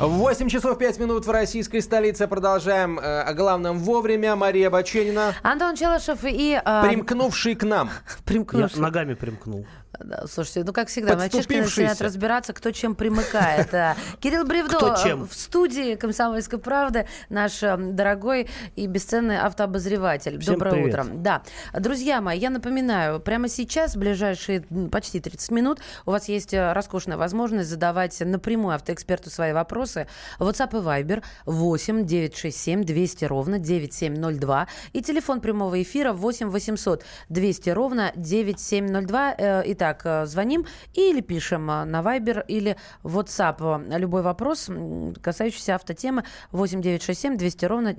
8 часов 5 минут в российской столице. Продолжаем о главном вовремя. Мария Баченина. Антон Челышев и... Примкнувший к нам. Я ногами примкнул. Да, слушайте, ну как всегда, мальчишки начинают разбираться, кто чем примыкает. Кирилл Бревдо в студии «Комсомольской правды», наш дорогой и бесценный автообозреватель. Всем Доброе привет. утро. Да. Друзья мои, я напоминаю, прямо сейчас, в ближайшие почти 30 минут, у вас есть роскошная возможность задавать напрямую автоэксперту свои вопросы. WhatsApp и Viber 8 967 200 ровно 9702 и телефон прямого эфира 8 800 200 ровно 9702. Итак, звоним или пишем на Viber или WhatsApp. Любой вопрос, касающийся автотемы, 8 967 200 ровно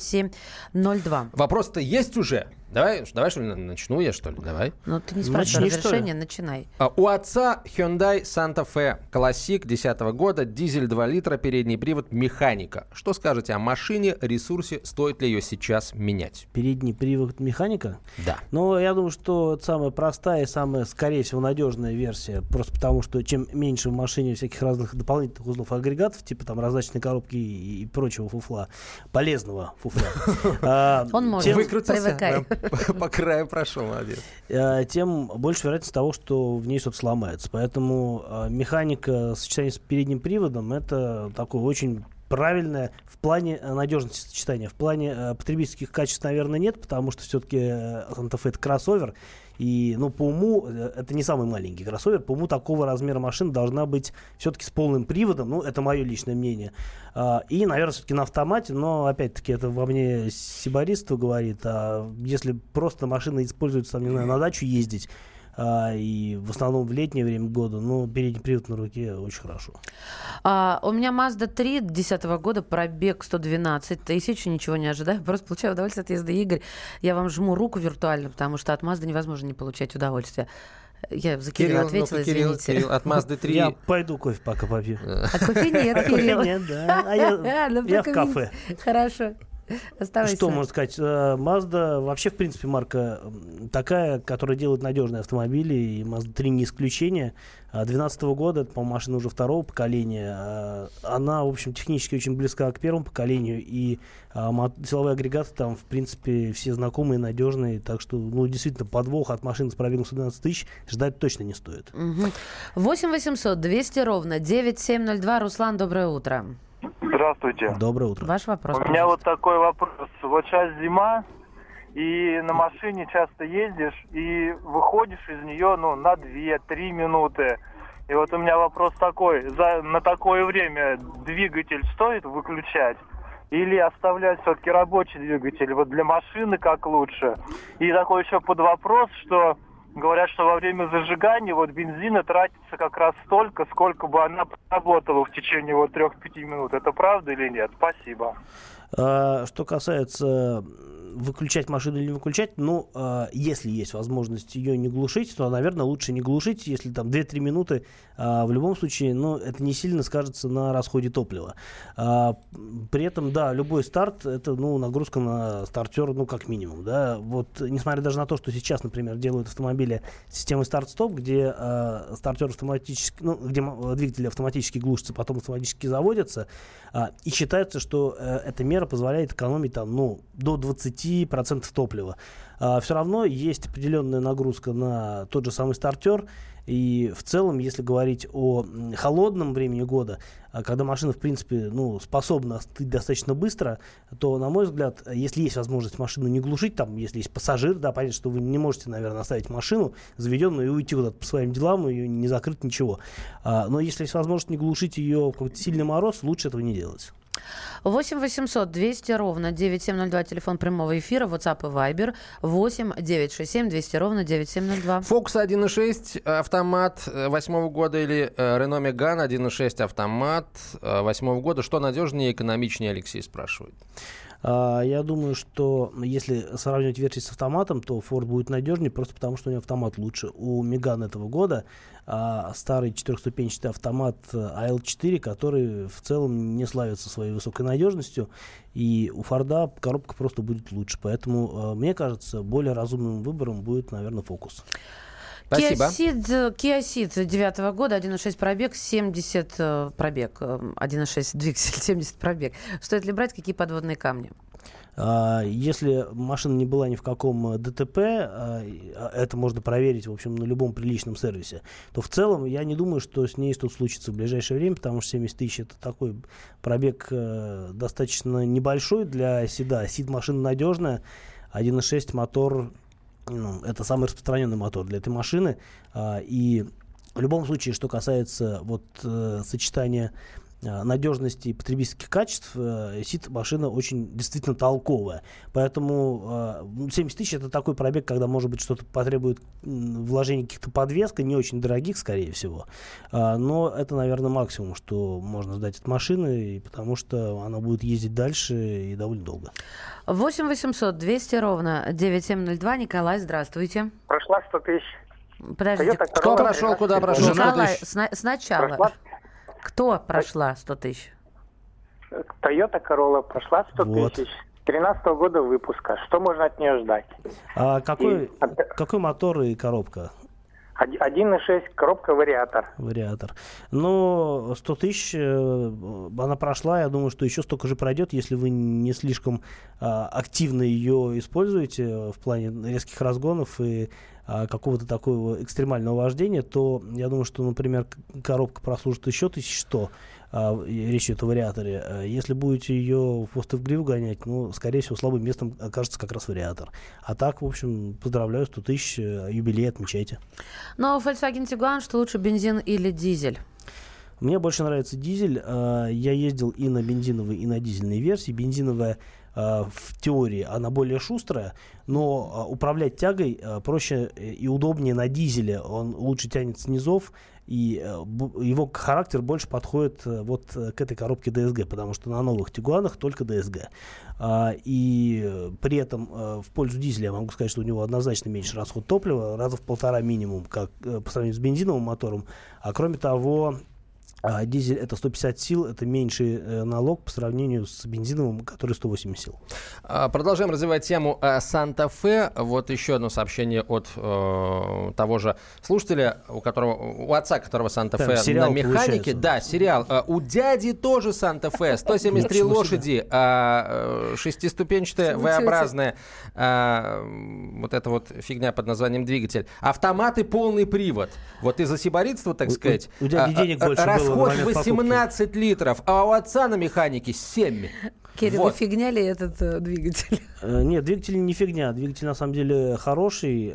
9702. Вопрос-то есть уже? Давай, что ли, начну я, что ли? Давай. Ну, ты не спрашивай разрешения, начинай. У отца Hyundai Santa Fe Classic 2010 года, дизель 2 литра, передний привод, механика. Что скажете о машине, ресурсе, стоит ли ее сейчас менять? Передний привод механика? Да. Ну, я думаю, что это самая простая и самая, скорее всего, надежная версия. Просто потому, что чем меньше в машине всяких разных дополнительных узлов агрегатов, типа там раздаточной коробки и прочего фуфла, полезного фуфла. Он может, привыкай. По краю прошел, молодец. Тем больше вероятность того, что в ней что-то сломается. Поэтому механика в сочетании с передним приводом — это такое очень правильное в плане надежности сочетания. В плане потребительских качеств, наверное, нет, потому что все-таки Santa Fe — это кроссовер. И, по уму, это не самый маленький кроссовер. По уму такого размера машина должна быть все-таки с полным приводом. Это мое личное мнение. И, наверное, все-таки на автомате. Но, опять-таки, это во мне сибаристство говорит. А если просто машина используется, там, не знаю, на дачу ездить, и в основном в летнее время года, передний привод на руке очень хорошо. У меня Mazda 3 2010 года, пробег 112 тысяч, ничего не ожидаю, просто получаю удовольствие от езды. Игорь, я вам жму руку виртуально, потому что от Mazda невозможно не получать удовольствие. Я за Кирилла ответила, извините. Кирилл, от Mazda 3... Я пойду кофе пока попью. А кофе нет, Кирилл. Кофе нет, да. А я в кафе. Хорошо. Оставайся. Что можно сказать? Mazda вообще, в принципе, марка такая, которая делает надежные автомобили, и Mazda 3 не исключение. 2012 года, это, по-моему, машина уже второго поколения. Она, в общем, технически очень близка к первому поколению, и силовые агрегаты там, в принципе, все знакомые, надежные, так что, действительно, подвох от машины с пробегом 112 тысяч ждать точно не стоит. 8 800 200 ровно 9702. Руслан, доброе утро. Здравствуйте. Доброе утро. Ваш вопрос. У меня вот такой вопрос. Вот сейчас зима, и на машине часто ездишь, и выходишь из нее, на 2-3 минуты. И вот у меня вопрос такой. На такое время двигатель стоит выключать? Или оставлять все-таки рабочий двигатель? Вот для машины как лучше? И такой еще под вопрос, что... Говорят, что во время зажигания бензина тратится как раз столько, сколько бы она работала в течение 3-5 минут. Это правда или нет? Спасибо. Что касается выключать машину или не выключать, если есть возможность ее не глушить, то, наверное, лучше не глушить, если там 2-3 минуты. В любом случае, это не сильно скажется на расходе топлива. При этом, да, любой старт — это, нагрузка на стартер, как минимум, да. Вот, несмотря даже на то, что сейчас, например, делают автомобили с системой старт-стоп, где стартер автоматически, где двигатели автоматически глушатся, потом автоматически заводятся, и считается, что эта мера позволяет экономить до 20% топлива. Все равно есть определенная нагрузка на тот же самый стартер. И в целом, если говорить о холодном времени года, когда машина, в принципе, способна остыть достаточно быстро, то, на мой взгляд, если есть возможность машину не глушить, там, если есть пассажир, да, понятно, что вы не можете, наверное, оставить машину заведенную и уйти куда-то по своим делам, ее не закрыть, ничего. Но если есть возможность не глушить ее в какой-то сильный мороз, лучше этого не делать. 8 800 200 ровно 9702, телефон прямого эфира, WhatsApp и Viber 8 967 200 ровно 9702. Focus 1.6 автомат 8 года или Renault Megane 1.6 автомат 8 года. Что надежнее и экономичнее, Алексей спрашивает. Я думаю, что если сравнивать версии с автоматом, то Ford будет надежнее, просто потому что у него автомат лучше. У Megane этого года старый четырехступенчатый автомат AL4, который в целом не славится своей высокой надежностью, и у Форда коробка просто будет лучше. Поэтому, мне кажется, более разумным выбором будет, наверное, Focus. Спасибо. Kia Ceed 9 года, 1.6 пробег, 70 пробег. 1.6 двигатель, 70 пробег. Стоит ли брать, какие подводные камни? Если машина не была ни в каком ДТП, это можно проверить, в общем, на любом приличном сервисе, то в целом я не думаю, что с ней что-то случится в ближайшее время, потому что 70 тысяч — это такой пробег достаточно небольшой для седа. Ceed машина надежная, 1.6 мотор, это самый распространенный мотор для этой машины. И в любом случае, что касается сочетания надежности и потребительских качеств, Ceed машина очень действительно толковая. Поэтому 70 тысяч — это такой пробег, когда, может быть, что-то потребует вложения каких-то подвесок, не очень дорогих, скорее всего. Но это, наверное, максимум, что можно ждать от машины, потому что она будет ездить дальше и довольно долго. 8 800 200 ровно 9702. Николай, здравствуйте. Прошла 100 тысяч. Подождите. Кто прошел, куда прошел? Николай, сначала. Кто прошла 100 тысяч? Toyota Corolla прошла 100 тысяч. 2013 года выпуска. Что можно от нее ждать? Какой мотор и коробка? 1.6, коробка вариатор. Но 100 тысяч она прошла. Я думаю, что еще столько же пройдет, если вы не слишком активно ее используете в плане резких разгонов и какого-то такого экстремального вождения, то я думаю, что, например, коробка прослужит еще 1100, речь идет о вариаторе. Если будете ее в хвост и в гриву гонять, скорее всего, слабым местом окажется как раз вариатор. А так, в общем, поздравляю, 100 тысяч, юбилей отмечайте. Но Volkswagen Tiguan, что лучше, бензин или дизель? Мне больше нравится дизель. Я ездил и на бензиновой, и на дизельной версии. Бензиновая в теории она более шустрая, но управлять тягой проще и удобнее на дизеле. Он лучше тянет с низов, и его характер больше подходит к этой коробке DSG, потому что на новых Тигуанах только DSG. И при этом в пользу дизеля я могу сказать, что у него однозначно меньше расход топлива, раза в 1,5 минимум, как по сравнению с бензиновым мотором. А кроме того, дизель — это 150 сил, это меньший налог по сравнению с бензиновым, который 180 сил. Продолжаем развивать тему Санта-Фе. Вот еще одно сообщение от того же слушателя, у отца которого Санта-Фе на механике. Да, сериал. У дяди тоже Санта-Фе, 173 лошади, шестиступенчатая V-образная вот эта вот фигня под названием двигатель. Автомат и полный привод. Вот из-за сибаритства, так сказать, у дяди денег больше было. Расход 18 литров, а у отца на механике 7. Кирилл, фигня ли этот двигатель? Нет, двигатель не фигня. Двигатель на самом деле хороший.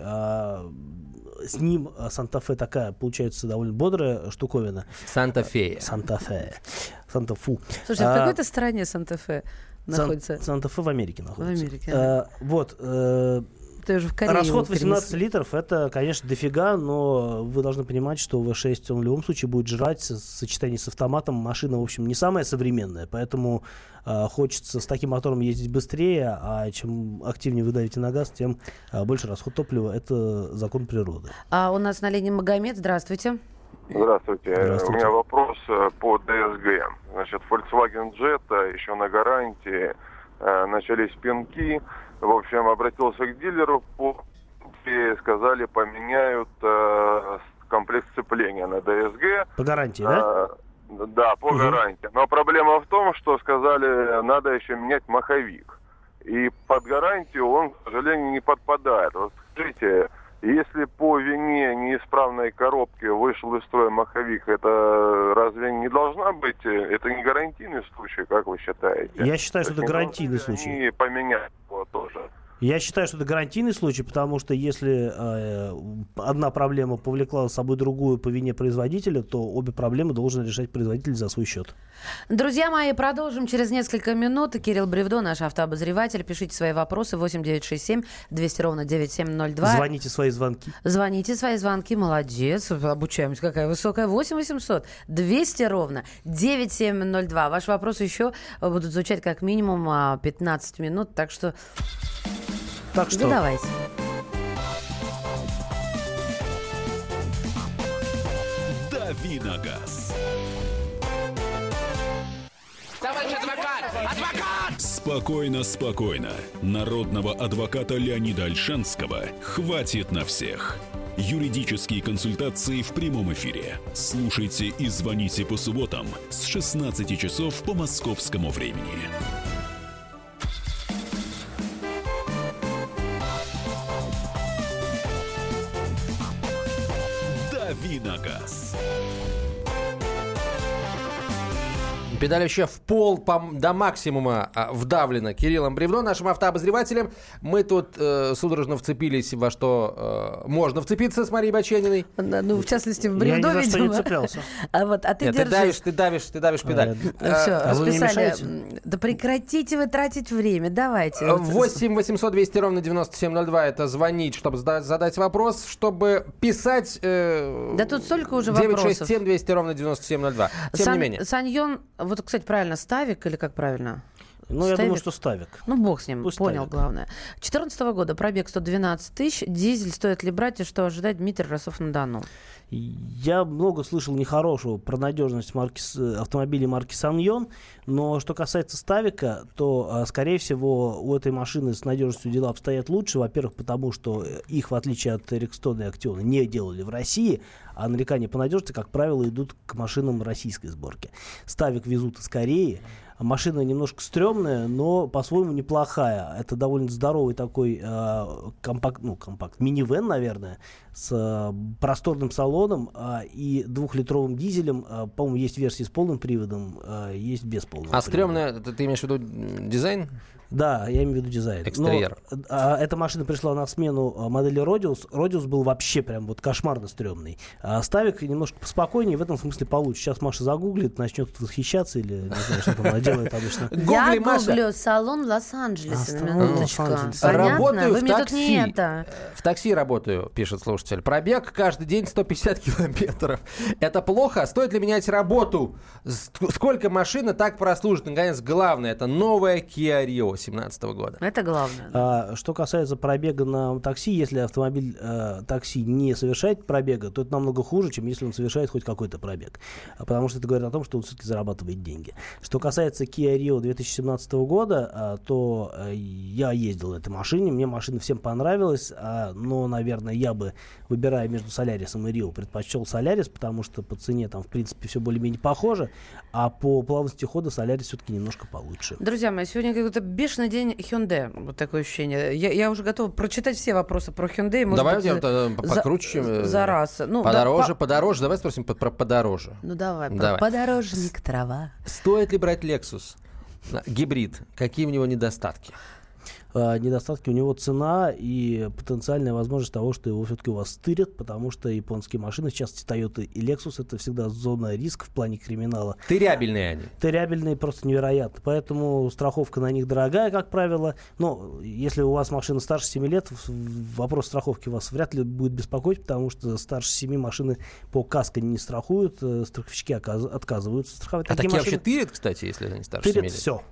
С ним Санта-Фе такая, получается, довольно бодрая штуковина. Санта-Фе. Санта-Фу. Слушай, в какой-то стране Санта-Фе находится? Санта-Фе в Америке находится. В Америке. Расход 18 литров, это, конечно, дофига, но вы должны понимать, что V6 он в любом случае будет жрать в сочетании с автоматом. Машина, в общем, не самая современная, поэтому хочется с таким мотором ездить быстрее, а чем активнее вы давите на газ, тем больше расход топлива. Это закон природы. А у нас на линии Магомед. Здравствуйте. Здравствуйте. У меня вопрос по DSG. Значит, Volkswagen Jetta еще на гарантии, начались пинки. В общем, обратился к дилеру, и сказали, поменяют комплект сцепления на DSG. По гарантии, да? Да, по гарантии. Но проблема в том, что сказали, надо еще менять маховик. И под гарантию он, к сожалению, не подпадает. Вот скажите, если по вине неисправной коробки вышел из строя маховик, это разве не должна быть, это не гарантийный случай, как вы считаете? Я считаю, что это гарантийный случай. Они поменяют его тоже. Я считаю, что это гарантийный случай, потому что если одна проблема повлекла за собой другую по вине производителя, то обе проблемы должен решать производитель за свой счет. Друзья мои, продолжим через несколько минут. Кирилл Бревдо, наш автообозреватель. Пишите свои вопросы 8967 200 ровно 9702. Звоните свои звонки. Звоните свои звонки. Молодец. Обучаемся. Какая высокая. 8 800 200 ровно 9702. Ваши вопросы еще будут звучать как минимум 15 минут. Так что задавайте. Давиногаз. Товарищ адвокат! Адвокат! Спокойно, спокойно. Народного адвоката Леонида Ольшанского хватит на всех. Юридические консультации в прямом эфире. Слушайте и звоните по субботам с 16 часов по московскому времени. Давиногаз. Педалище в пол до максимума вдавлено Кириллом Бревно, нашим автообозревателем. Мы тут судорожно вцепились во что можно вцепиться с Марией Бачениной. Ну, в частности, в Бревно, видимо. Я ни за что не цеплялся. Ты держишь. Ты давишь педаль. Все, расписали. Да прекратите вы тратить время, давайте. 8 800 200 ровно 9702 это звонить, чтобы задать вопрос, чтобы писать. Да тут столько уже вопросов. 967 200 ровно 9702. Тем не менее. Саньон, вот, кстати, правильно, Ставик или как правильно? Ну, я думаю, что Ставик. Ну, бог с ним, Пусть понял, Ставик. главное. 2014 года, пробег 112 тысяч, дизель, стоит ли брать и что ожидать, Дмитрий, Ростов-на-Дону? Я много слышал нехорошего про надежность автомобилей марки Саньон, но что касается Ставика, то, скорее всего, у этой машины с надежностью дела обстоят лучше. Во-первых, потому что их, в отличие от Рекстона и Актиона, не делали в России, а нарекания по надежности, как правило, идут к машинам российской сборки. Ставик везут из Кореи. Машина немножко стрёмная, но по-своему неплохая. Это довольно здоровый такой компакт, минивэн, наверное, с просторным салоном и 2-литровым дизелем. По-моему, есть версии с полным приводом, есть без полного привода. Стрёмная, ты имеешь в виду дизайн? Да, я имею в виду дизайн. Экстерьер. Но эта машина пришла на смену модели Родиус. Родиус был вообще прям вот кошмарно стрёмный. А Ставик немножко поспокойнее, в этом смысле получше. Сейчас Маша загуглит, начнет восхищаться или не знаю, что там она делает обычно. Я гуглю салон в Лос-Анджелесе. На минуточку. Понятно? Работаю Вы в мне тут такси. не это. В такси работаю, пишет слушатель. Пробег каждый день 150 километров. Это плохо? Стоит ли менять работу? Сколько машина так прослужит? Наконец, главное, это новая Kia Rio 2017 года. Это главное. Что касается пробега на такси, если автомобиль такси не совершает пробега, то это намного хуже, чем если он совершает хоть какой-то пробег. Потому что это говорит о том, что он все-таки зарабатывает деньги. Что касается Kia Rio 2017 года, то я ездил на этой машине, мне машина всем понравилась, но, наверное, я бы, выбирая между Солярисом и Rio, предпочел Солярис, потому что по цене там, в принципе, все более-менее похоже, а по плавности хода Солярис все-таки немножко получше. Друзья мои, сегодня какой-то бешеный день Hyundai. Вот такое ощущение. Я уже готова прочитать все вопросы про Hyundai. Давай покруче. За раз. Ну, подороже. Давай спросим про подороже. Ну давай. Подорожник, трава. Стоит ли брать Lexus? Гибрид. Какие у него недостатки? Недостатки у него цена и потенциальная возможность того, что его все-таки у вас стырят, потому что японские машины, в частности Toyota и Lexus, это всегда зона риска в плане криминала. Тырябельные они. Тырябельные просто невероятно. Поэтому страховка на них дорогая, как правило. Но если у вас машина старше 7 лет, вопрос страховки вас вряд ли будет беспокоить, потому что старше 7 машины по каско не страхуют, страховщики отказываются страховать. Такие машины вообще тырят, кстати, если они старше 7 лет? Тырят все.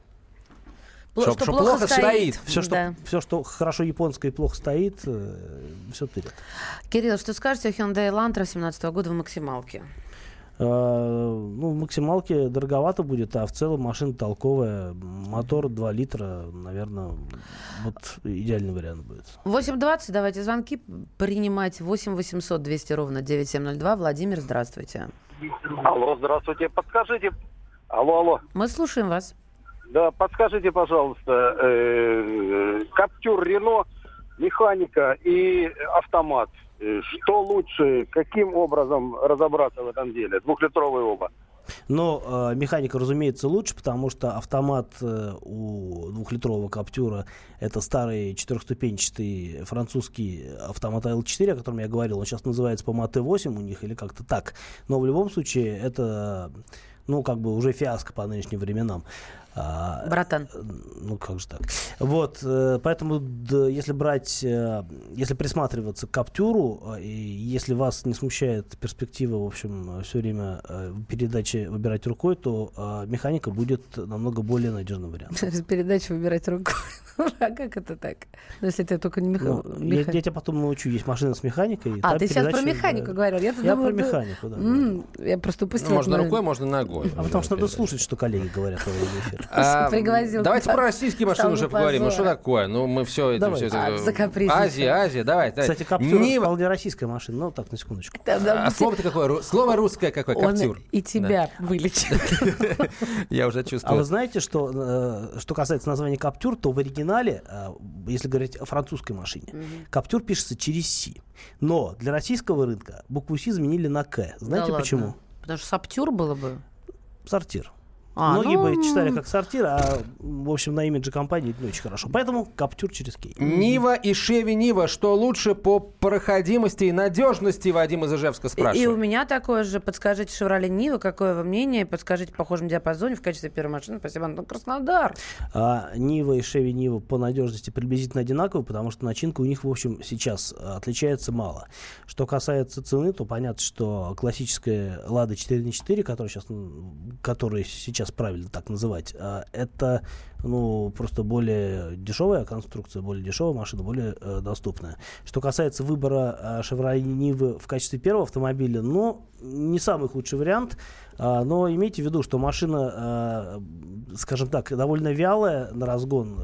Что плохо стоит. Все, что хорошо японское и плохо стоит, все тырят. Кирилл, что скажете о Hyundai Elantra 2017 года в максималке? В максималке дороговато будет, а в целом машина толковая. Мотор 2 литра, наверное, вот идеальный вариант будет. 8:20, давайте звонки принимать. 8 800 200 ровно 9702. Владимир, здравствуйте. Алло, здравствуйте. Подскажите. Алло. Мы слушаем вас. Да, подскажите, пожалуйста, Каптюр Рено, механика и автомат. Что лучше, каким образом разобраться в этом деле? 2-литровые оба. Но механика, разумеется, лучше, потому что автомат у 2-литрового Каптюра это старый 4-ступенчатый французский автомат L4, о котором я говорил. Он сейчас называется, по-моему, AT8 у них или как-то так. Но в любом случае это, уже фиаско по нынешним временам. Братан. Как же так? Вот, поэтому, если присматриваться к Каптюру, и если вас не смущает перспектива, в общем, все время передачи выбирать рукой, то механика будет намного более надежным вариантом. Передачу выбирать рукой. А как это так? Если ты только не механик. Я тебя потом научу. Есть машина с механикой. Ты сейчас про механику говорил. Я про механику, да. Я просто упустила. Можно рукой, можно ногой. Потому что надо слушать, что коллеги говорят во время эфира. Давайте про российские машины уже поговорим. Ну что такое? Ну мы все это... Азия, давай. Кстати, Каптюр вполне российская машина. Ну так, на секундочку. А слово-то какое? Слово русское какое? Каптюр. И тебя вылечит. Я уже чувствую. А вы знаете, что касается названия Каптюр, то в оригинале, если говорить о французской машине, Каптюр пишется через «Си». Но для российского рынка букву «Си» заменили на «К». Знаете почему? Потому что «Саптюр» было бы. Сортир. Многие бы читали как «Сортир», а, в общем, на имидже компании это не очень хорошо. Поэтому Каптюр через «Кей». Нива и Шеви Нива. Что лучше по проходимости и надежности? Вадим из Ижевска спрашивает. И у меня такое же. Подскажите, Шевроле Нива, какое вы мнение? Подскажите в похожем диапазоне в качестве первой машины. Спасибо, Антон. Краснодар. Нива и Шеви Нива по надежности приблизительно одинаковы, потому что начинка у них, в общем, сейчас отличается мало. Что касается цены, то понятно, что классическая Лада 4х4, которая сейчас правильно так называть, это просто более дешевая конструкция, более дешевая машина, более доступная. Что касается выбора Chevrolet Niva в качестве первого автомобиля, не самый худший вариант, но имейте в виду, что машина, скажем так, довольно вялая на разгон,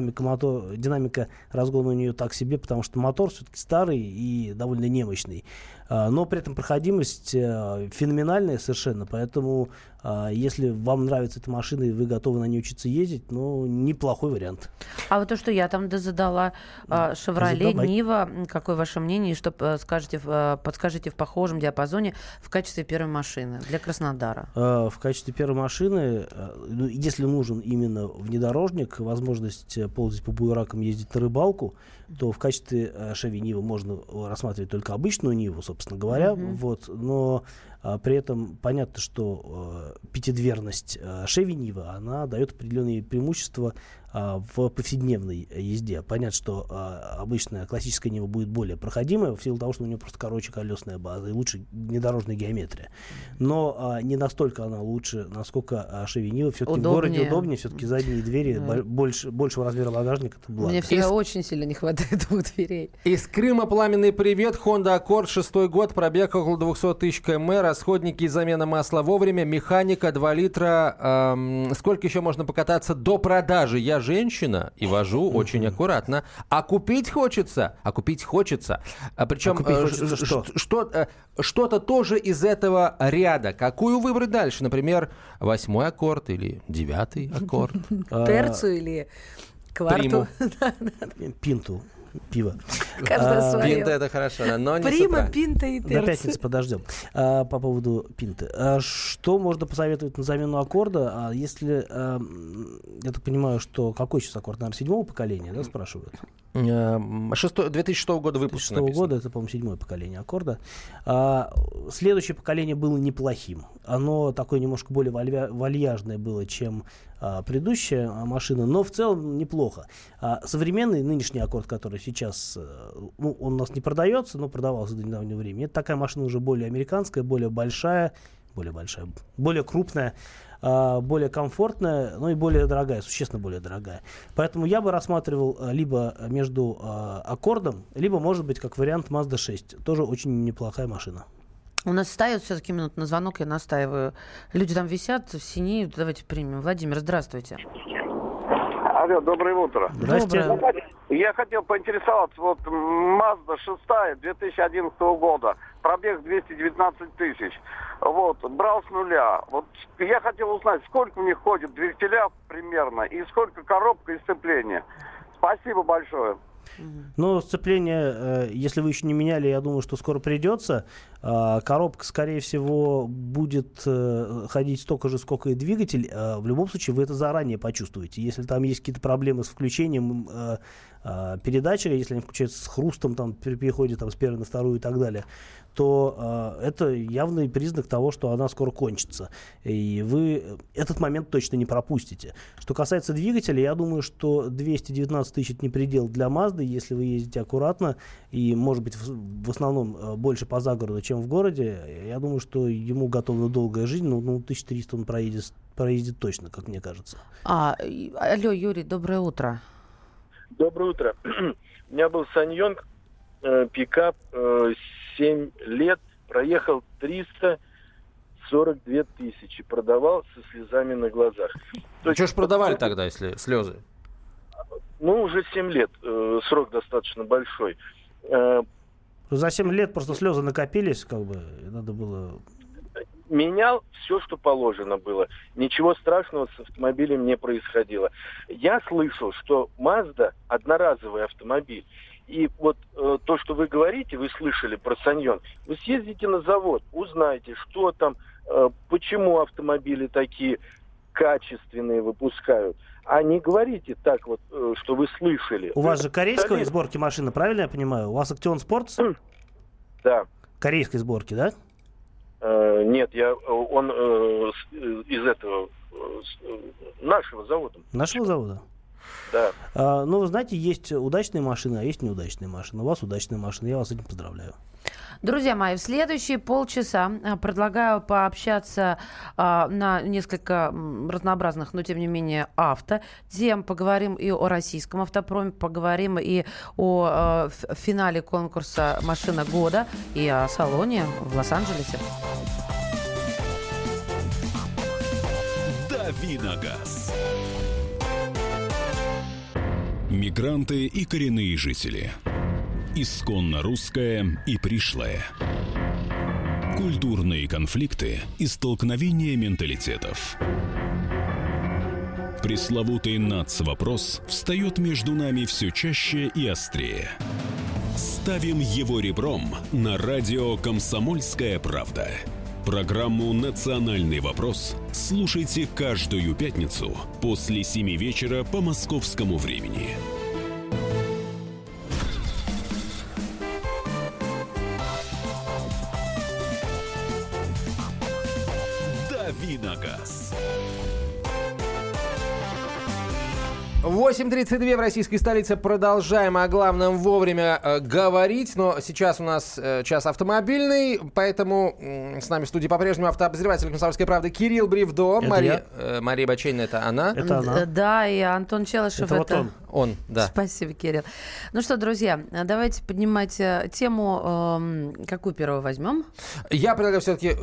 динамика разгона у нее так себе, потому что мотор все-таки старый и довольно немощный. Но при этом проходимость феноменальная совершенно, поэтому если вам нравится эта машина и вы готовы на ней учиться ездить, неплохой вариант. А вот то, что я там задала, Chevrolet Niva, какое ваше мнение, и что подскажите в похожем диапазоне в качестве первой машины для Краснодара? В качестве первой машины, если нужен именно внедорожник, возможность ползать по буеракам, ездить на рыбалку, то в качестве Chevy Niva можно рассматривать только обычную Ниву, собственно говоря. Но при этом понятно, что пятидверность Chevy Niva, она дает определенные преимущества в повседневной езде. Понятно, что обычная классическая Нива будет более проходимая, в силу того, что у нее просто короче колесная база и лучше внедорожная геометрия. Но не настолько она лучше, насколько Chevy Niva все-таки в городе удобнее, все-таки задние двери, большего размера багажника. Это благо. Мне всегда очень сильно не хватает двух дверей. Из Крыма пламенный привет. Honda Accord, 6-й год, пробег около 200 тысяч км, расходники и замена масла вовремя, механика 2 литра. Сколько еще можно покататься до продажи? Я женщина и вожу очень аккуратно. А купить хочется. Причем что-то тоже из этого ряда. Какую выбрать дальше? Например, 8-й аккорд или 9-й аккорд? Терцию или кварту? Пинту. Пиво. Пинта это хорошо, но не Прима, пинта и терцию. До пятницы подождем. По поводу пинты. Что можно посоветовать на замену аккорда? Если, я так понимаю, что какой сейчас аккорд? Наверное, 7-го поколения, да, спрашивают? 2006 года выпуска написано. 2006 года, это, по-моему, 7-е поколение аккорда. Следующее поколение было неплохим. Оно такое немножко более вальяжное было, чем предыдущая машина, но в целом неплохо. Современный нынешний аккорд, который сейчас, он у нас не продается, но продавался до недавнего времени, это такая машина уже более американская, более крупная, более комфортная, но и более дорогая, существенно более дорогая. Поэтому я бы рассматривал либо между аккордом, либо, может быть, как вариант Mazda 6. Тоже очень неплохая машина. У нас ставят все-таки минут на звонок, я настаиваю. Люди там висят, синеют. Давайте примем. Владимир, здравствуйте. Алло, доброе утро. Здравствуйте. Я хотел поинтересоваться, Mazda 6 2011 года, пробег 219 тысяч. Брал с нуля. Я хотел узнать, сколько у них ходит двигателя примерно и сколько коробка и сцепление. Спасибо большое. Сцепление, если вы еще не меняли, я думаю, что скоро придется. Коробка, скорее всего, будет ходить столько же, сколько и двигатель. В любом случае, вы это заранее почувствуете. Если там есть какие-то проблемы с включением передатчика, если они включаются с хрустом, при переходе с первой на вторую и так далее, то это явный признак того, что она скоро кончится. И вы этот момент точно не пропустите. Что касается двигателя, я думаю, что 219 тысяч это не предел для Mazda, если вы ездите аккуратно и, может быть, в основном больше по загороду, чем в городе. Я думаю, что ему готова долгая жизнь, 1300 он проедет точно, как мне кажется. Алло, Юрий, доброе утро. Доброе утро. У меня был Саньонг, пикап, 7 лет, проехал 300 42 тысячи. Продавал со слезами на глазах. Что ж продавали тогда, если слезы? Ну, уже 7 лет. Срок достаточно большой. За 7 лет просто слезы накопились, как бы, надо было... Менял все, что положено было. Ничего страшного с автомобилем не происходило. Я слышал, что Mazda одноразовый автомобиль. И вот то, что вы говорите, вы слышали про Саньон, вы съездите на завод, узнаете, что там, почему автомобили такие качественные выпускают. А не говорите так вот, что вы слышали. У вас же корейской сборки машины, правильно я понимаю? У вас Актион Спортс? Да. Корейской сборки, да? Нет, он из этого нашего завода. Нашего завода? Да. Ну, вы знаете, есть удачные машины, а есть неудачные машины. У вас удачная машина, я вас с этим поздравляю. Друзья мои, в следующие полчаса предлагаю пообщаться на несколько разнообразных, но тем не менее тем. Поговорим и о российском автопроме, поговорим и о финале конкурса «Машина года» и о салоне в Лос-Анджелесе. Давиногаз. Мигранты и коренные жители. Исконно русское и пришлое. Культурные конфликты и столкновения менталитетов. Пресловутый НАЦ-вопрос встает между нами все чаще и острее. Ставим его ребром на радио «Комсомольская правда». Программу «Национальный вопрос» слушайте каждую пятницу после 7 вечера по московскому времени. Давиногаз. 8:32 в российской столице. Продолжаем о главном вовремя говорить. Но сейчас у нас час автомобильный, поэтому с нами в студии по-прежнему автообозреватель «Комсомольской правды» Кирилл Бревдо. Мария Бачейна, это она? Это она. Да, и Антон Челышев. Это вот он, да. Спасибо, Кирилл. Ну что, друзья, давайте поднимать тему. Какую первую возьмем? Я предлагаю все-таки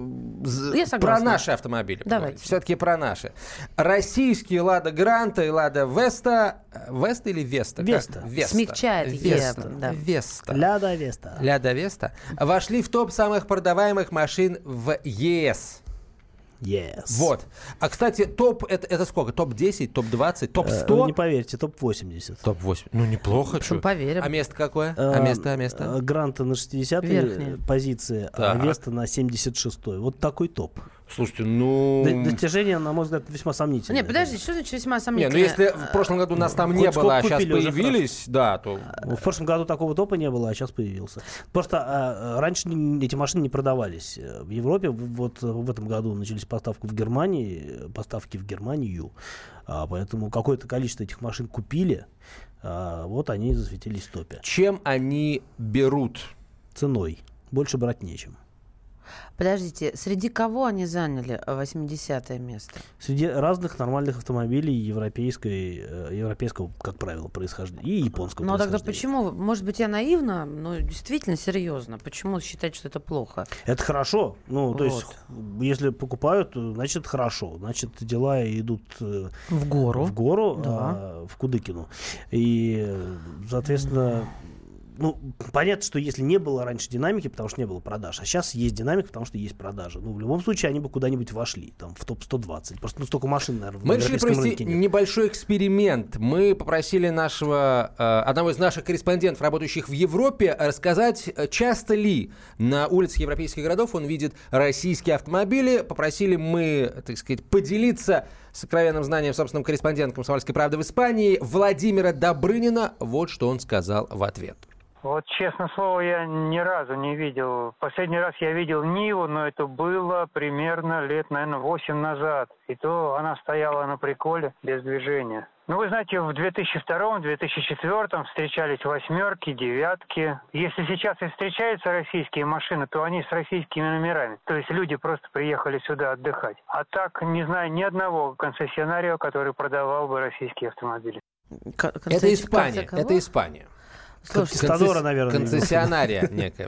про наши автомобили. Давайте. Все-таки про наши. Российские «Лада Гранта» и «Лада Веста». Веста или Веста? Веста. Смягчает Веста. Да. Веста. Ляда Веста. Ляда Веста. Вошли в топ самых продаваемых машин в ЕС. Yes. Вот. А, кстати, топ это сколько? Топ-10, топ-20, топ-100? Вы не поверите, топ-80. Топ-80. Ну, неплохо. Поверим. А место какое? Место? Гранта на 60-й позиции, а Веста на 76-й. Вот такой топ. Слушайте, Достижение, на мой взгляд, весьма сомнительное. Нет, подожди, что значит весьма сомнительное? Если в прошлом году нас там не было, а сейчас появились, да, то... В прошлом году такого топа не было, а сейчас появился. Просто раньше эти машины не продавались. В Европе вот в этом году начались поставки в Германию. Поэтому какое-то количество этих машин купили, вот они засветились в топе. Чем они берут? Ценой. Больше брать нечем. Подождите, среди кого они заняли 80-е место? Среди разных нормальных автомобилей европейского, как правило, происхождения и японского происхождения. Но тогда почему? Может быть, я наивна, но действительно серьезно. Почему считать, что это плохо? Это хорошо. То есть, если покупают, значит, это хорошо. Значит, дела идут в гору, да. В Кудыкину. И, соответственно... понятно, что если не было раньше динамики, потому что не было продаж, а сейчас есть динамика, потому что есть продажи. В любом случае, они бы куда-нибудь вошли, там, в топ-120. Просто столько машин, наверное, мы решили провести небольшой эксперимент. Мы попросили одного из наших корреспондентов, работающих в Европе, рассказать, часто ли на улицах европейских городов он видит российские автомобили. Попросили мы, так сказать, поделиться сокровенным знанием собственным корреспондентом «Комсомольской правды» в Испании Владимира Добрынина. Вот что он сказал в ответ. Вот, честное слово, я ни разу не видел. Последний раз я видел Ниву, но это было примерно лет, наверное, 8 назад. И то она стояла на приколе без движения. Вы знаете, в 2002-2004 встречались восьмерки, девятки. Если сейчас и встречаются российские машины, то они с российскими номерами. То есть люди просто приехали сюда отдыхать. А так, не знаю ни одного концессионария, который продавал бы российские автомобили. Это Испания. Конкистадора, наверное. Концессионария некая.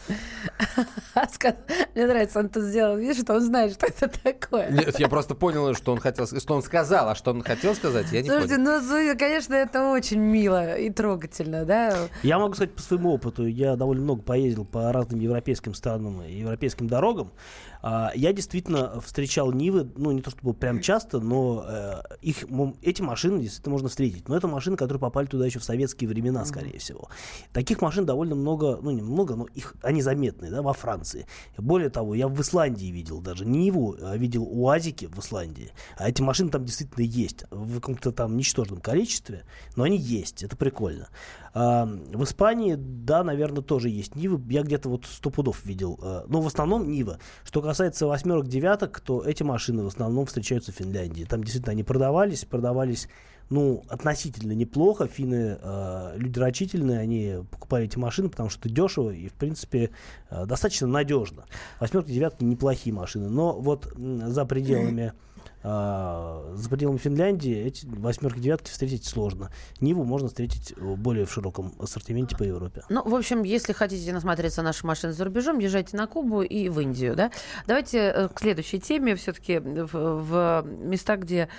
Мне нравится, он тут сделал, видишь, что он знает, что это такое. Нет, я просто понял, что он хотел, что он сказал, а что он хотел сказать, я не понял. Слушайте, конечно, это очень мило и трогательно, да? Я могу сказать по своему опыту, я довольно много поездил по разным европейским странам и европейским дорогам. Я действительно встречал Нивы, ну, не то чтобы прям часто, но эти машины действительно можно встретить. Но это машины, которые попали туда еще в советские времена, скорее всего. Таких машин довольно много, ну, не много, но они заметны, да, во Франции. Более того, я в Исландии видел даже Ниву, видел УАЗики в Исландии. А эти машины там действительно есть. В каком-то там ничтожном количестве, но они есть. Это прикольно. В Испании, да, наверное, тоже есть Нивы. Я где-то вот 100 пудов видел. Но в основном Нива. Что касается восьмерок, девяток, то эти машины в основном встречаются в Финляндии. Там действительно они продавались, ну, относительно неплохо. Финны люди рачительные, они покупали эти машины, потому что это дешево и, в принципе, достаточно надежно. Восьмерки, девятки неплохие машины. Но вот за пределами Финляндии эти восьмерки, девятки встретить сложно. Ниву можно встретить более в широком ассортименте по Европе. Ну, в общем, если хотите насмотреться наши машины за рубежом, езжайте на Кубу и в Индию, да? Давайте к следующей теме. Все-таки в места, где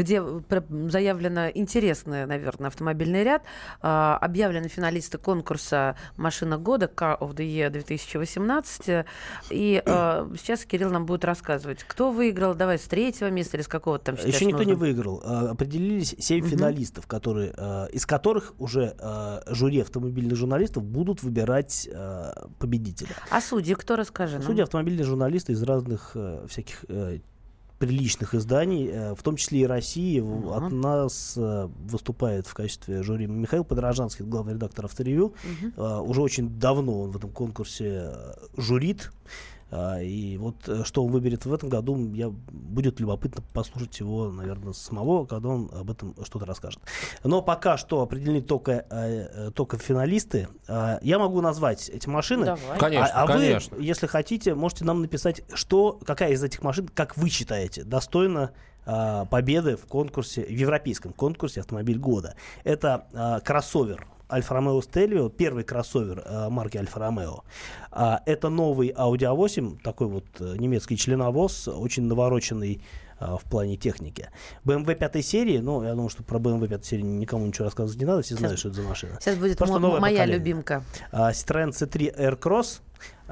заявлено интересный, наверное, автомобильный ряд, объявлены финалисты конкурса «Машина года» Car of the Year 2018. И сейчас Кирилл нам будет рассказывать, кто выиграл. Давай с третьего места или с какого-то там считаешь, еще никто нужно? Не выиграл. Определились 7 финалистов, из которых уже жюри автомобильных журналистов будут выбирать победителя. А судьи кто, расскажи? Судьи автомобильные журналисты из разных всяких приличных изданий, в том числе и России. От нас выступает в качестве жюри Михаил Подорожанский, главный редактор «Авторевью». Уже очень давно он в этом конкурсе жюрит. И вот что он выберет в этом году, будет любопытно послушать его, наверное, самого, когда он об этом что-то расскажет. Но пока что определены только финалисты. Я могу назвать эти машины. Давай. Конечно, вы, если хотите, можете нам написать, какая из этих машин, как вы считаете, достойна победы в европейском конкурсе «Автомобиль года». Это кроссовер Альфа-Ромео Стелвио, первый кроссовер марки Альфа-Ромео. Это новый Audi A8, такой вот немецкий членовоз, очень навороченный в плане техники. BMW 5 серии, я думаю, что про BMW 5 серии никому ничего рассказывать не надо, все знают, что это за машина. Сейчас будет моя любимка. Citroёn C3 Aircross,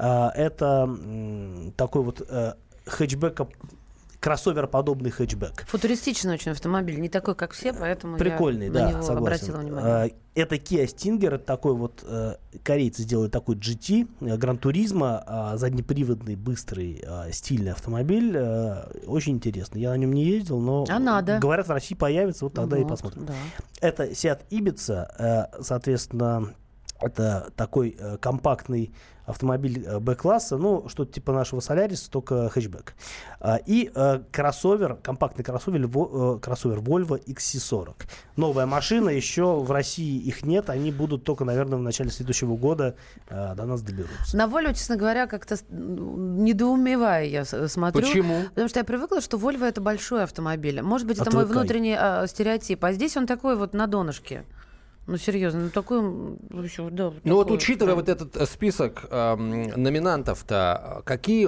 это такой вот хэтчбэк, кроссовер-подобный хэтчбэк. Футуристичный очень автомобиль, не такой, как все, поэтому прикольный, я на него согласен. Обратила внимание. Это Kia Stinger, это такой вот корейцы сделали такой GT, Gran Turismo, заднеприводный, быстрый, стильный автомобиль, очень интересный. Я на нем не ездил, но говорят, в России появится, вот тогда и посмотрим. Да. Это Seat Ibiza, соответственно, это такой компактный автомобиль Б-класса, что-то типа нашего Solaris, только хэтчбэк. И компактный кроссовер Volvo XC40. Новая машина, еще в России их нет, они будут только, наверное, в начале следующего года до нас доберутся. На Volvo, честно говоря, как-то недоумеваю я смотрю. Почему? Потому что я привыкла, что Volvo — это большой автомобиль. Может быть, это мой внутренний стереотип. А здесь он такой вот на донышке. Серьезно, такой... вот учитывая вот этот список номинантов-то,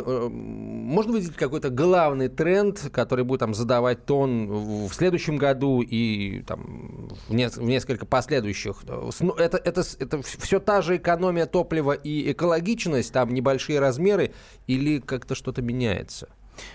можно выделить какой-то главный тренд, который будет задавать тон в следующем году и в несколько последующих? Это все та же экономия топлива и экологичность, там небольшие размеры, или как-то что-то меняется?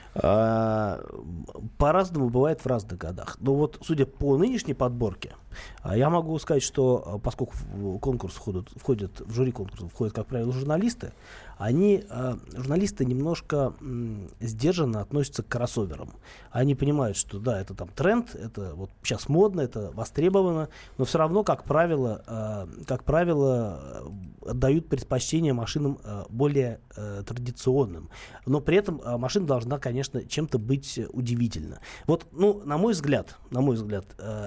По-разному бывает в разных годах. Но вот, судя по нынешней подборке, я могу сказать, что поскольку в конкурс в жюри конкурса входят, как правило, журналисты, журналисты немножко сдержанно относятся к кроссоверам. Они понимают, что да, это там тренд, это вот сейчас модно, это востребовано, но все равно, как правило, отдают предпочтение машинам более традиционным. Но при этом машина должна, конечно, чем-то быть удивительна. Вот, на мой взгляд,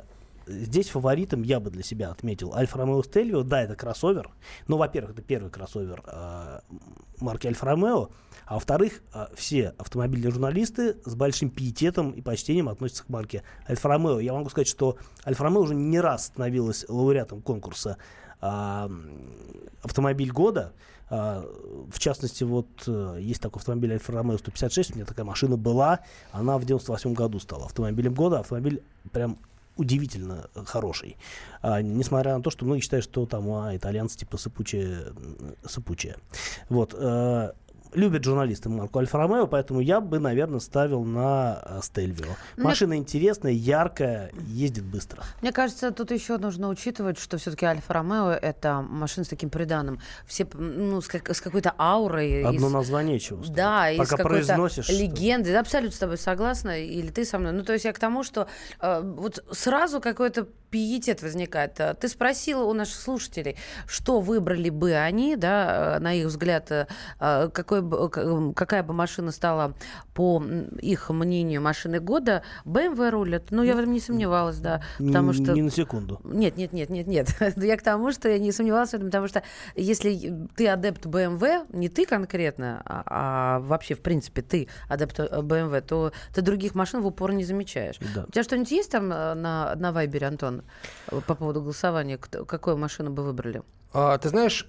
здесь фаворитом я бы для себя отметил Альфа Ромео Стельвио. Да, это кроссовер. Но, во-первых, это первый кроссовер марки Альфа Ромео. А во-вторых, все автомобильные журналисты с большим пиететом и почтением относятся к марке Альфа Ромео. Я могу сказать, что Альфа Ромео уже не раз становилась лауреатом конкурса «Автомобиль года». В частности, вот есть такой автомобиль Альфа Ромео 156, у меня такая машина была, она в 98 году стала автомобилем года. Автомобиль прям удивительно хороший. Несмотря на то, что многие считают, что там итальянцы типа сыпучие. Вот. Любят журналисты марку Альфа Ромео, поэтому я бы, наверное, ставил на Стельвио. Машина интересная, яркая, ездит быстро. Мне кажется, тут еще нужно учитывать, что все-таки Альфа Ромео — это машина с таким приданым. Все, с какой-то аурой. Одно название чего? Да, пока из какой-то легенды. Что... Абсолютно с тобой согласна. Или ты со мной. Ну, то есть я к тому, что вот сразу какой-то пиетет возникает. Ты спросила у наших слушателей, что выбрали бы они, да, на их взгляд, какая бы машина стала, по их мнению, машиной года. BMW рулят. Ну, я в этом не сомневалась, да. Потому что... Не на секунду. Нет. Я к тому, что я не сомневалась в этом, потому что если ты адепт BMW, не ты конкретно, а вообще, в принципе, ты адепт BMW, то ты других машин в упор не замечаешь. Да. У тебя что-нибудь есть там на Вайбере, Антон, по поводу голосования? Какую машину бы выбрали? Ты знаешь...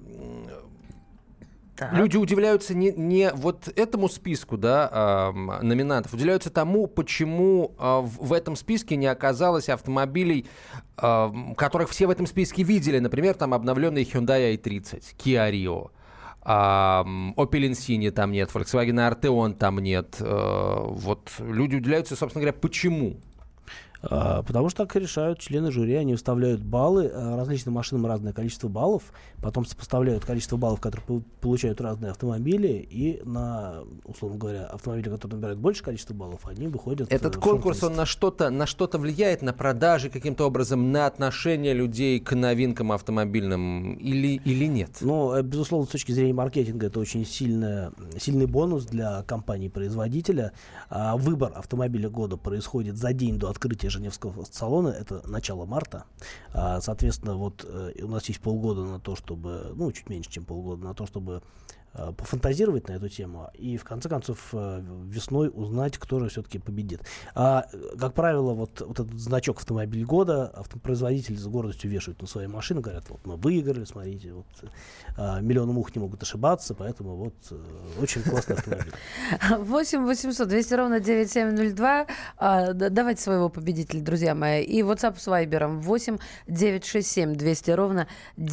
Так. Люди удивляются не вот этому списку, да, номинантов, удивляются тому, почему в этом списке не оказалось автомобилей, которых все в этом списке видели. Например, там обновленный Hyundai i30, Kia Rio, Opel Insignia там нет, Volkswagen Arteon там нет. Вот люди удивляются, собственно говоря, почему. Потому что так решают члены жюри, они выставляют баллы, различным машинам разное количество баллов, потом сопоставляют количество баллов, которые получают разные автомобили, и на, условно говоря, автомобили, которые набирают больше количества баллов, они выходят. Этот конкурс, он на что-то влияет, на продажи каким-то образом, на отношение людей к новинкам автомобильным или нет? Ну, безусловно, с точки зрения маркетинга это очень сильный бонус для компании-производителя. Выбор автомобиля года происходит за день до открытия Женевского салона, это начало марта. Соответственно, вот у нас есть полгода на то, чтобы, чуть меньше, чем полгода, на то, чтобы пофантазировать на эту тему и, в конце концов, весной узнать, кто же все-таки победит. Как правило, вот этот значок «Автомобиль года» автопроизводители с гордостью вешают на свои машины, говорят, вот мы выиграли, смотрите, вот миллионы мух не могут ошибаться, поэтому вот очень классный автомобиль. 8 800 200 ровно 9702. Давайте своего победителя, друзья мои. И WhatsApp с Вайбером 8 967 200 ровно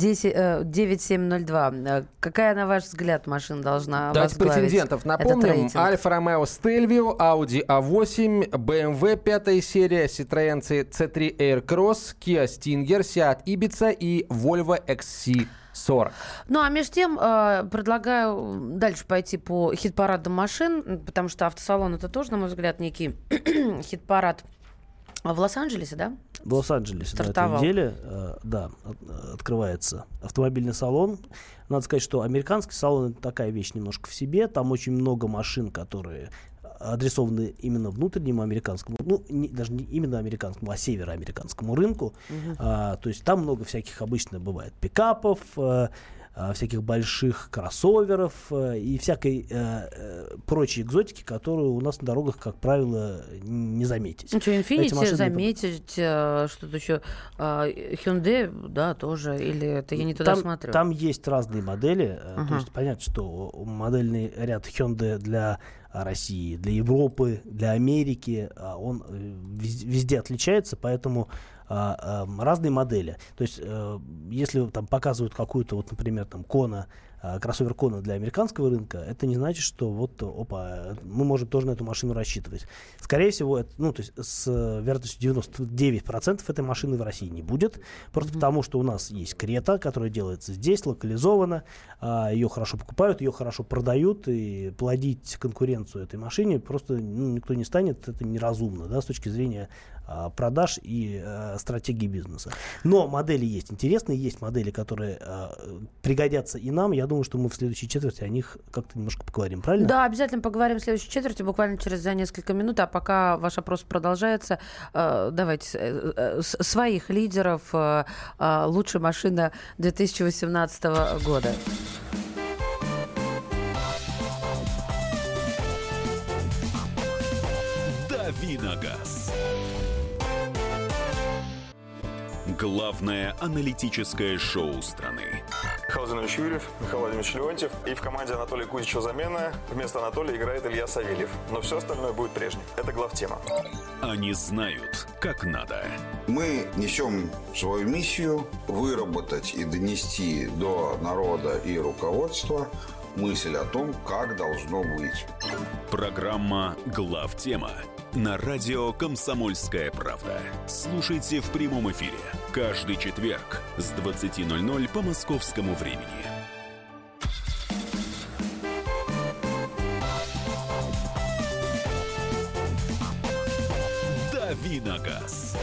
9702. Какая, на ваш взгляд, машина должна возглавить? Давайте претендентов напомним. Альфа Ромео Стельвио, Audi A8, BMW 5 серия, Citroёn C3 Aircross, Kia Stinger, Seat Ibiza и Volvo XC40. Ну, а между тем предлагаю дальше пойти по хит-парадам машин, потому что автосалон — это тоже, на мой взгляд, некий хит-парад. В Лос-Анджелесе, да? В Лос-Анджелесе на этой неделе, открывается автомобильный салон. Надо сказать, что американский салон — это такая вещь немножко в себе. Там очень много машин, которые адресованы именно внутреннему американскому, даже не именно американскому, а североамериканскому рынку. То есть там много всяких обычно бывает пикапов, всяких больших кроссоверов и всякой прочей экзотики, которую у нас на дорогах, как правило, не заметить. Ну что, Infiniti заметить, что-то еще, Hyundai, да, тоже, или это я не туда смотрю? Там есть разные модели, то есть понятно, что модельный ряд Hyundai для России, для Европы, для Америки, он везде отличается, поэтому разные модели. То есть, если там показывают какую-то, вот, например, там кроссовер Kona для американского рынка, это не значит, что вот, мы можем тоже на эту машину рассчитывать. Скорее всего, то есть с вероятностью 99% этой машины в России не будет, просто потому, что у нас есть Крета, которая делается здесь, локализована, ее хорошо покупают, ее хорошо продают, и плодить конкуренцию этой машине просто никто не станет, это неразумно, да, с точки зрения продаж и стратегии бизнеса. Но модели есть интересные, есть модели, которые пригодятся и нам. Я думаю, что мы в следующей четверти о них как-то немножко поговорим, правильно? Да, обязательно поговорим в следующей четверти, буквально через несколько минут. А пока ваш опрос продолжается, давайте своих лидеров лучшая машина 2018 года. Давиногаз. Главное аналитическое шоу страны. Михаил Владимирович Юрьев, Михаил Владимирович Леонтьев. И в команде Анатолия Кузичева замена. Вместо Анатолия играет Илья Савельев. Но все остальное будет прежним. Это главтема. Они знают, как надо. Мы несем свою миссию выработать и донести до народа и руководства мысль о том, как должно быть. Программа «Главтема» на радио «Комсомольская правда». Слушайте в прямом эфире каждый четверг с 20:00 по московскому времени. Давиногаз.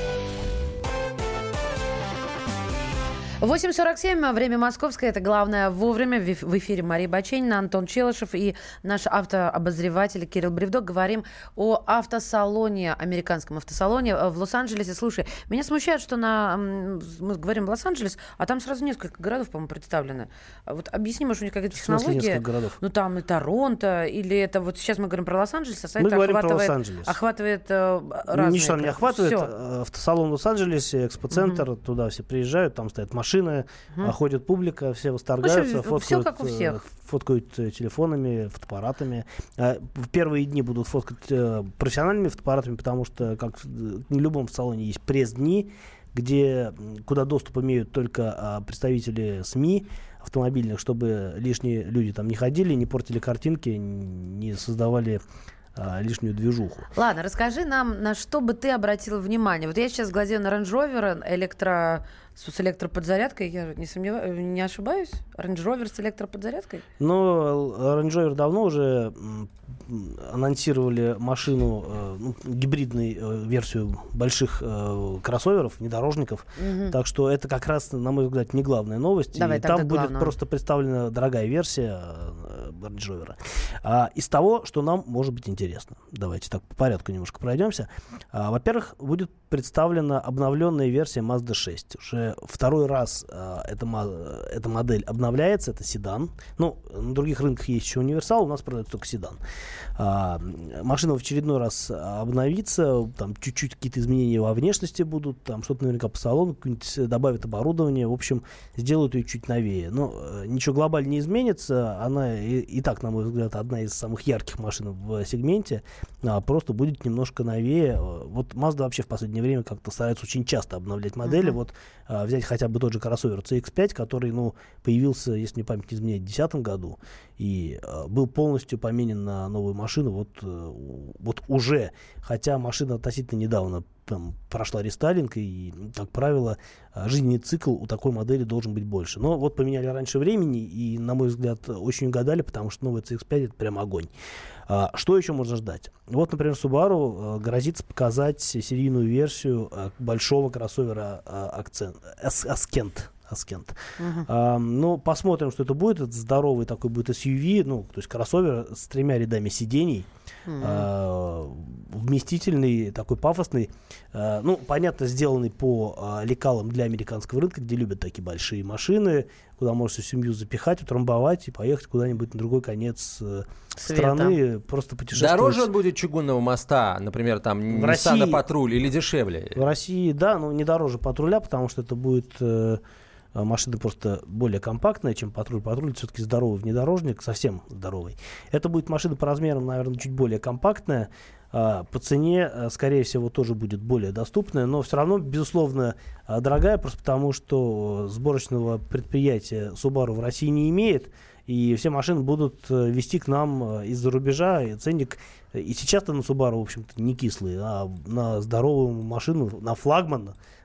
8:47, время московское, это главное вовремя. В эфире Мария Баченина, Антон Челышев и наш автообозреватель Кирилл Бревдо. Говорим о автосалоне, американском автосалоне в Лос-Анджелесе. Слушай, меня смущает, что мы говорим Лос-Анджелес, а там сразу несколько городов, по-моему, представлены. Вот объясни, может, у них какая-то технология? Несколько городов? Ну, там и Торонто, или это вот сейчас мы говорим про Лос-Анджелес, а сайт охватывает разные. Ничего там не охватывает. Все. Автосалон в Лос-Анджелесе, экспоцентр, туда все приезжают, там стоят машины, ходит публика, все восторгаются, фоткают телефонами, фотоаппаратами. В первые дни будут фоткать профессиональными фотоаппаратами, потому что, как в любом салоне, есть пресс-дни, куда доступ имеют только представители СМИ автомобильных, чтобы лишние люди там не ходили, не портили картинки, не создавали лишнюю движуху. Ладно, расскажи нам, на что бы ты обратил внимание. Вот я сейчас глазею на Range Rover с электроподзарядкой, я не ошибаюсь? Range Rover с электроподзарядкой? Ну, Range Rover давно уже анонсировали машину, гибридную версию больших кроссоверов, внедорожников. Так что это как раз, на мой взгляд, не главная новость. Давай, и там будет просто представлена дорогая версия Range Rover. Из того, что нам может быть интересно. Давайте так по порядку немножко пройдемся. Во-первых, будет представлена обновленная версия Mazda 6. Уже второй раз эта модель обновляется. Это седан. Ну, на других рынках есть еще универсал, у нас продается только седан. Машина в очередной раз обновится. Там чуть-чуть какие-то изменения во внешности будут. Там что-то наверняка по салону, добавят оборудование. В общем, сделают ее чуть новее. Но ничего глобально не изменится. Она и так, на мой взгляд, одна из самых ярких машин в сегменте. Просто будет немножко новее. Вот Mazda вообще в последнее время как-то старается очень часто обновлять модели. Вот взять хотя бы тот же кроссовер CX-5, который, появился, если мне память не изменяет, в 2010 году и был полностью поменен на новую машину вот уже. Хотя машина относительно недавно прошла рестайлинг, и, как правило, жизненный цикл у такой модели должен быть больше. Но вот поменяли раньше времени, и, на мой взгляд, очень угадали, потому что новый CX-5 — это прям огонь. Что еще можно ждать? Вот, например, Subaru грозится показать серийную версию большого кроссовера Ascent. Посмотрим, что это будет. Это здоровый такой будет SUV, то есть кроссовер с 3 рядами сидений. Вместительный, такой пафосный. Понятно, сделанный по лекалам для американского рынка, где любят такие большие машины, куда можно семью запихать, утрамбовать и поехать куда-нибудь на другой конец страны, просто путешествовать. Дороже он будет чугунного моста, например, там Nissan Патруль, или дешевле? В России, да, но не дороже Патруля, потому что это будет машина просто более компактная, чем Патруль. Патруль все-таки здоровый внедорожник, совсем здоровый. Это будет машина по размерам, наверное, чуть более компактная. По цене, скорее всего, тоже будет более доступная, но все равно, безусловно, дорогая, просто потому что сборочного предприятия Subaru в России не имеет, и все машины будут везти к нам из-за рубежа, и ценник и сейчас-то на Subaru, в общем-то, не кислый, а на здоровую машину, на флагман,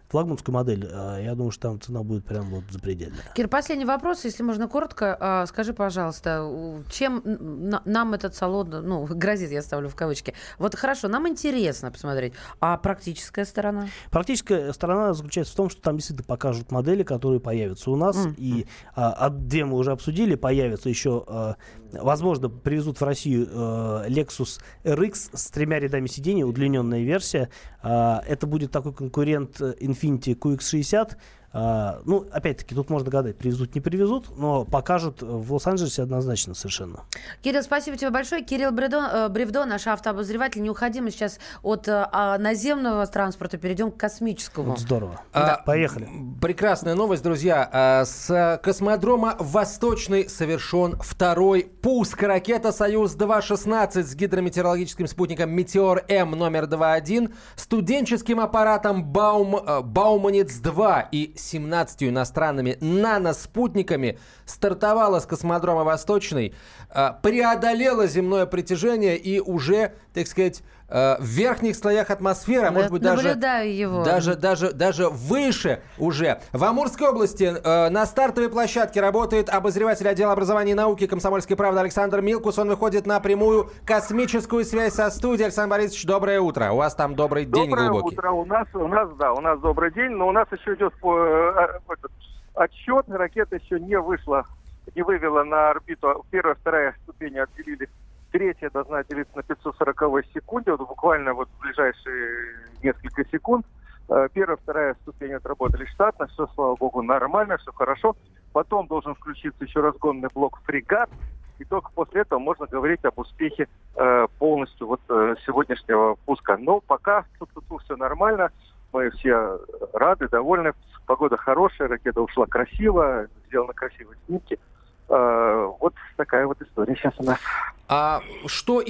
флагманскую модель, я думаю, что там цена будет прям вот запредельная. Кир, последний вопрос, если можно коротко. Скажи, пожалуйста, чем нам этот салон, грозит, я ставлю в кавычки. Вот хорошо, нам интересно посмотреть. А практическая сторона? Практическая сторона заключается в том, что там действительно покажут модели, которые появятся у нас. И две мы уже обсудили, появятся еще, возможно, привезут в Россию Lexus RX с 3 рядами сидений, удлиненная версия. Это будет такой конкурент Infiniti QX60. Опять-таки, тут можно гадать, привезут, не привезут, но покажут в Лос-Анджелесе однозначно совершенно. Кирилл, спасибо тебе большое. Кирилл Бревдо, наш автообозреватель. Не уходим, мы сейчас от наземного транспорта перейдем к космическому. Вот здорово. Поехали. Прекрасная новость, друзья. С космодрома Восточный совершен второй пуск. Ракета «Союз-2-16» с гидрометеорологическим спутником «Метеор-М» номер 2.1, студенческим аппаратом «Бауманец-2» и 17 иностранными наноспутниками стартовала с космодрома Восточный, преодолела земное притяжение и уже, так сказать, в верхних слоях атмосферы, а может быть даже выше уже. В Амурской области на стартовой площадке работает обозреватель отдела образования и науки «Комсомольской правды» Александр Милкус. Он выходит на прямую космическую связь со студией. Александр Борисович, доброе утро. У вас там добрый день глубокий. Доброе утро. У нас добрый день, но у нас еще идет отсчет. Ракета еще не вывела на орбиту. Первая, вторая ступени отделились. Третья должна отделиться на 540 секунде, буквально в ближайшие несколько секунд. Первая, вторая ступень отработали штатно, все, слава богу, нормально, все хорошо. Потом должен включиться еще разгонный блок «Фрегат», и только после этого можно говорить об успехе полностью сегодняшнего пуска. Но пока тут все нормально, мы все рады, довольны, погода хорошая, ракета ушла красиво, сделаны красивые снимки. Вот такая вот история сейчас у нас. А что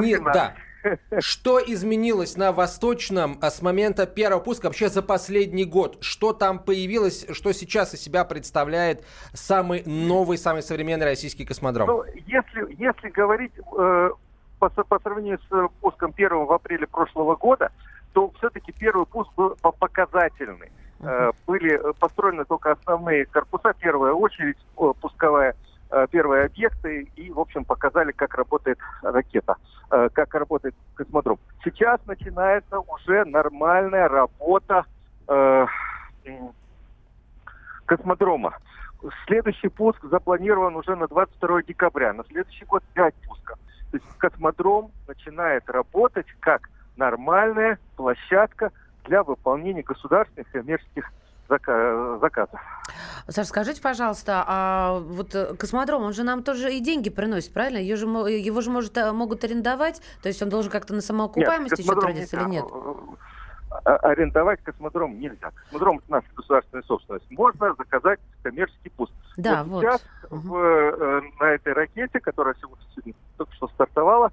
изменилось на Восточном с момента первого пуска вообще за последний год? Что там появилось, что сейчас из себя представляет самый новый, самый современный российский космодром? Если говорить по сравнению с пуском первым в апреле прошлого года, то все-таки первый пуск был показательный. Были построены только основные корпуса, первая очередь пусковая, первые объекты, и, в общем, показали, как работает ракета, как работает космодром. Сейчас начинается уже нормальная работа космодрома. Следующий пуск запланирован уже на 22 декабря. На следующий год 5 пусков. То есть космодром начинает работать как нормальная площадка для выполнения государственных и коммерческих заказов. Саша, скажите, пожалуйста, а вот космодром, он же нам тоже и деньги приносит, правильно? Его же могут арендовать, то есть он должен как-то на самоокупаемости еще трудиться или нет? Арендовать космодром нельзя. Космодром — это наша государственная собственность. Можно заказать коммерческий пуск. Да, сейчас на этой ракете, которая сегодня только что стартовала,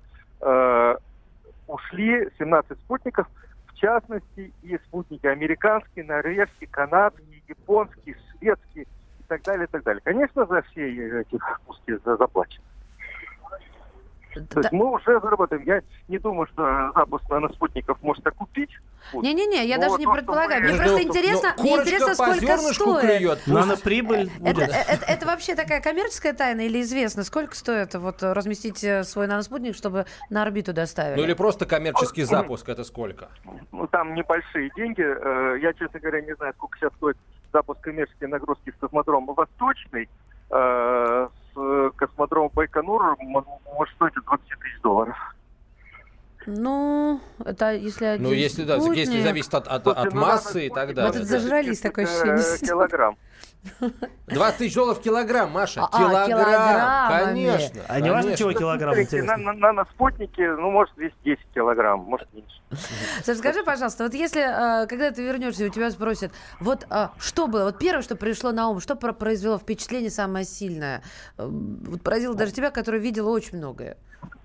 ушли 17 спутников, в частности, и спутники американские, норвежские, канадские, японские, шведские и так далее, и так далее. Конечно, за все эти пуски заплачено. То есть мы уже заработаем. Я не думаю, что запуск наноспутников можно купить. Не-не-не, я даже не предполагаю. Мне просто интересно, сколько стоит. Наноприбыль будет. Это вообще такая коммерческая тайна или известно, сколько стоит разместить свой наноспутник, чтобы на орбиту доставили? Ну или просто коммерческий запуск, это сколько? Там небольшие деньги. Я, честно говоря, не знаю, сколько сейчас стоит запуск коммерческой нагрузки с космодрома «Восточный». С космодрома Байконур может стоить $20 тысяч. Ну, это если один спутник... если зависит от массы и так далее. Мы тут зажрались, такое ощущение. Килограмм. $20 тысяч килограмм, Маша. Килограмм, конечно. А не важно, чего килограмм, интересно. На спутнике, может, весить 10 килограмм, может, меньше. Саша, скажи, пожалуйста, вот если, когда ты вернешься, у тебя спросят, что было, первое, что пришло на ум, что произвело впечатление самое сильное? Поразило даже тебя, который видела очень многое.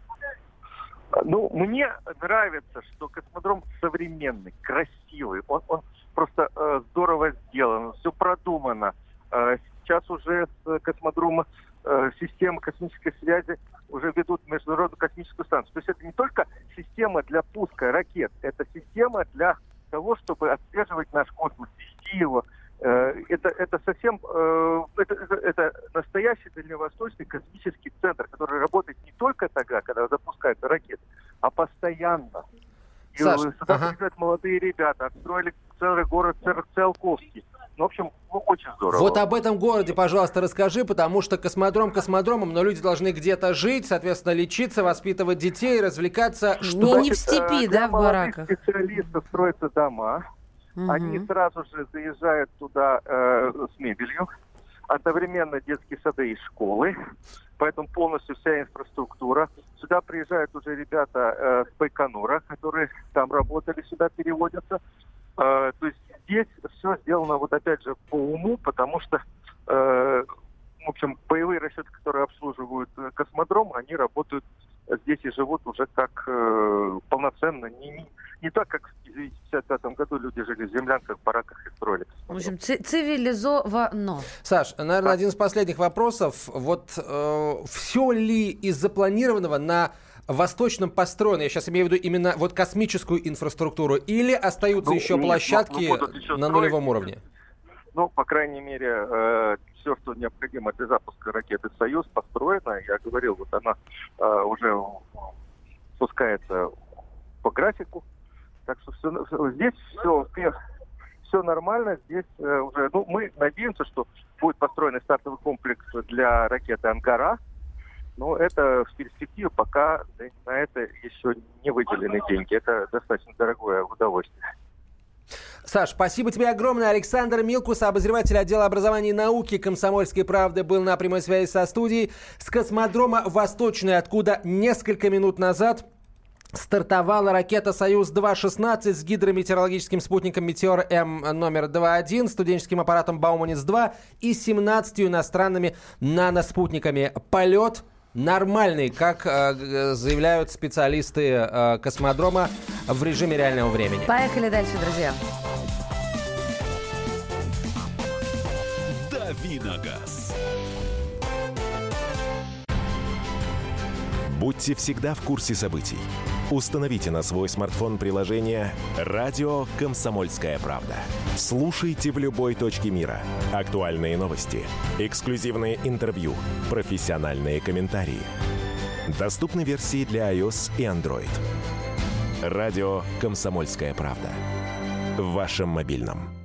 Мне нравится, что космодром современный, красивый. Он просто здорово сделан, все продумано. Сейчас уже с космодрома системы космической связи уже ведут Международную космическую станцию. То есть это не только система для пуска ракет, это система для того, чтобы отслеживать наш космос, Киева. Это совсем это настоящий дальневосточный космический центр, который работает не только тогда, когда запускаются ракеты, а постоянно. И сюда приезжают молодые ребята, отстроили целый город Циолковский. Ну, в общем, очень здорово. Вот об этом городе, пожалуйста, расскажи, потому что космодром космодромом, но люди должны где-то жить, соответственно, лечиться, воспитывать детей, развлекаться. Не в степи, да, в бараках? Для специалистов строятся дома. Они сразу же заезжают туда с мебелью. Одновременно детские сады и школы. Поэтому полностью вся инфраструктура. Сюда приезжают уже ребята с Байконура, которые там работали, сюда переводятся. То есть здесь все сделано, вот опять же, по уму, потому что, в общем, боевые расчеты, которые обслуживают космодром, они работают здесь и живут уже как полноценно, не так, как в 1955 году люди жили в землянках, бараках и строили. В общем, цивилизовано. Саш, наверное, один из последних вопросов. Вот все ли из запланированного на восточном построено, я сейчас имею в виду именно вот космическую инфраструктуру, или остаются еще площадки на нулевом уровне? Ну, по крайней мере, все, что необходимо для запуска ракеты «Союз», построено. Я говорил, вот она уже спускается по графику. Так что здесь все нормально. Здесь уже, мы надеемся, что будет построен стартовый комплекс для ракеты «Ангара». Но это в перспективе пока на это еще не выделены деньги. Это достаточно дорогое удовольствие. Саш, спасибо тебе огромное. Александр Милкус, обозреватель отдела образования и науки «Комсомольской правды», был на прямой связи со студией с космодрома «Восточный», откуда несколько минут назад стартовала ракета «Союз-2-16» с гидрометеорологическим спутником «Метеор-М» номер 2.1, студенческим аппаратом «Бауманец-2» и 17 иностранными наноспутниками. Полет нормальный, как заявляют специалисты космодрома, в режиме реального времени. Поехали дальше, друзья. Давиногаз. Будьте всегда в курсе событий. Установите на свой смартфон приложение «Радио Комсомольская правда». Слушайте в любой точке мира. Актуальные новости, эксклюзивные интервью, профессиональные комментарии. Доступны версии для iOS и Android. «Радио Комсомольская правда». В вашем мобильном.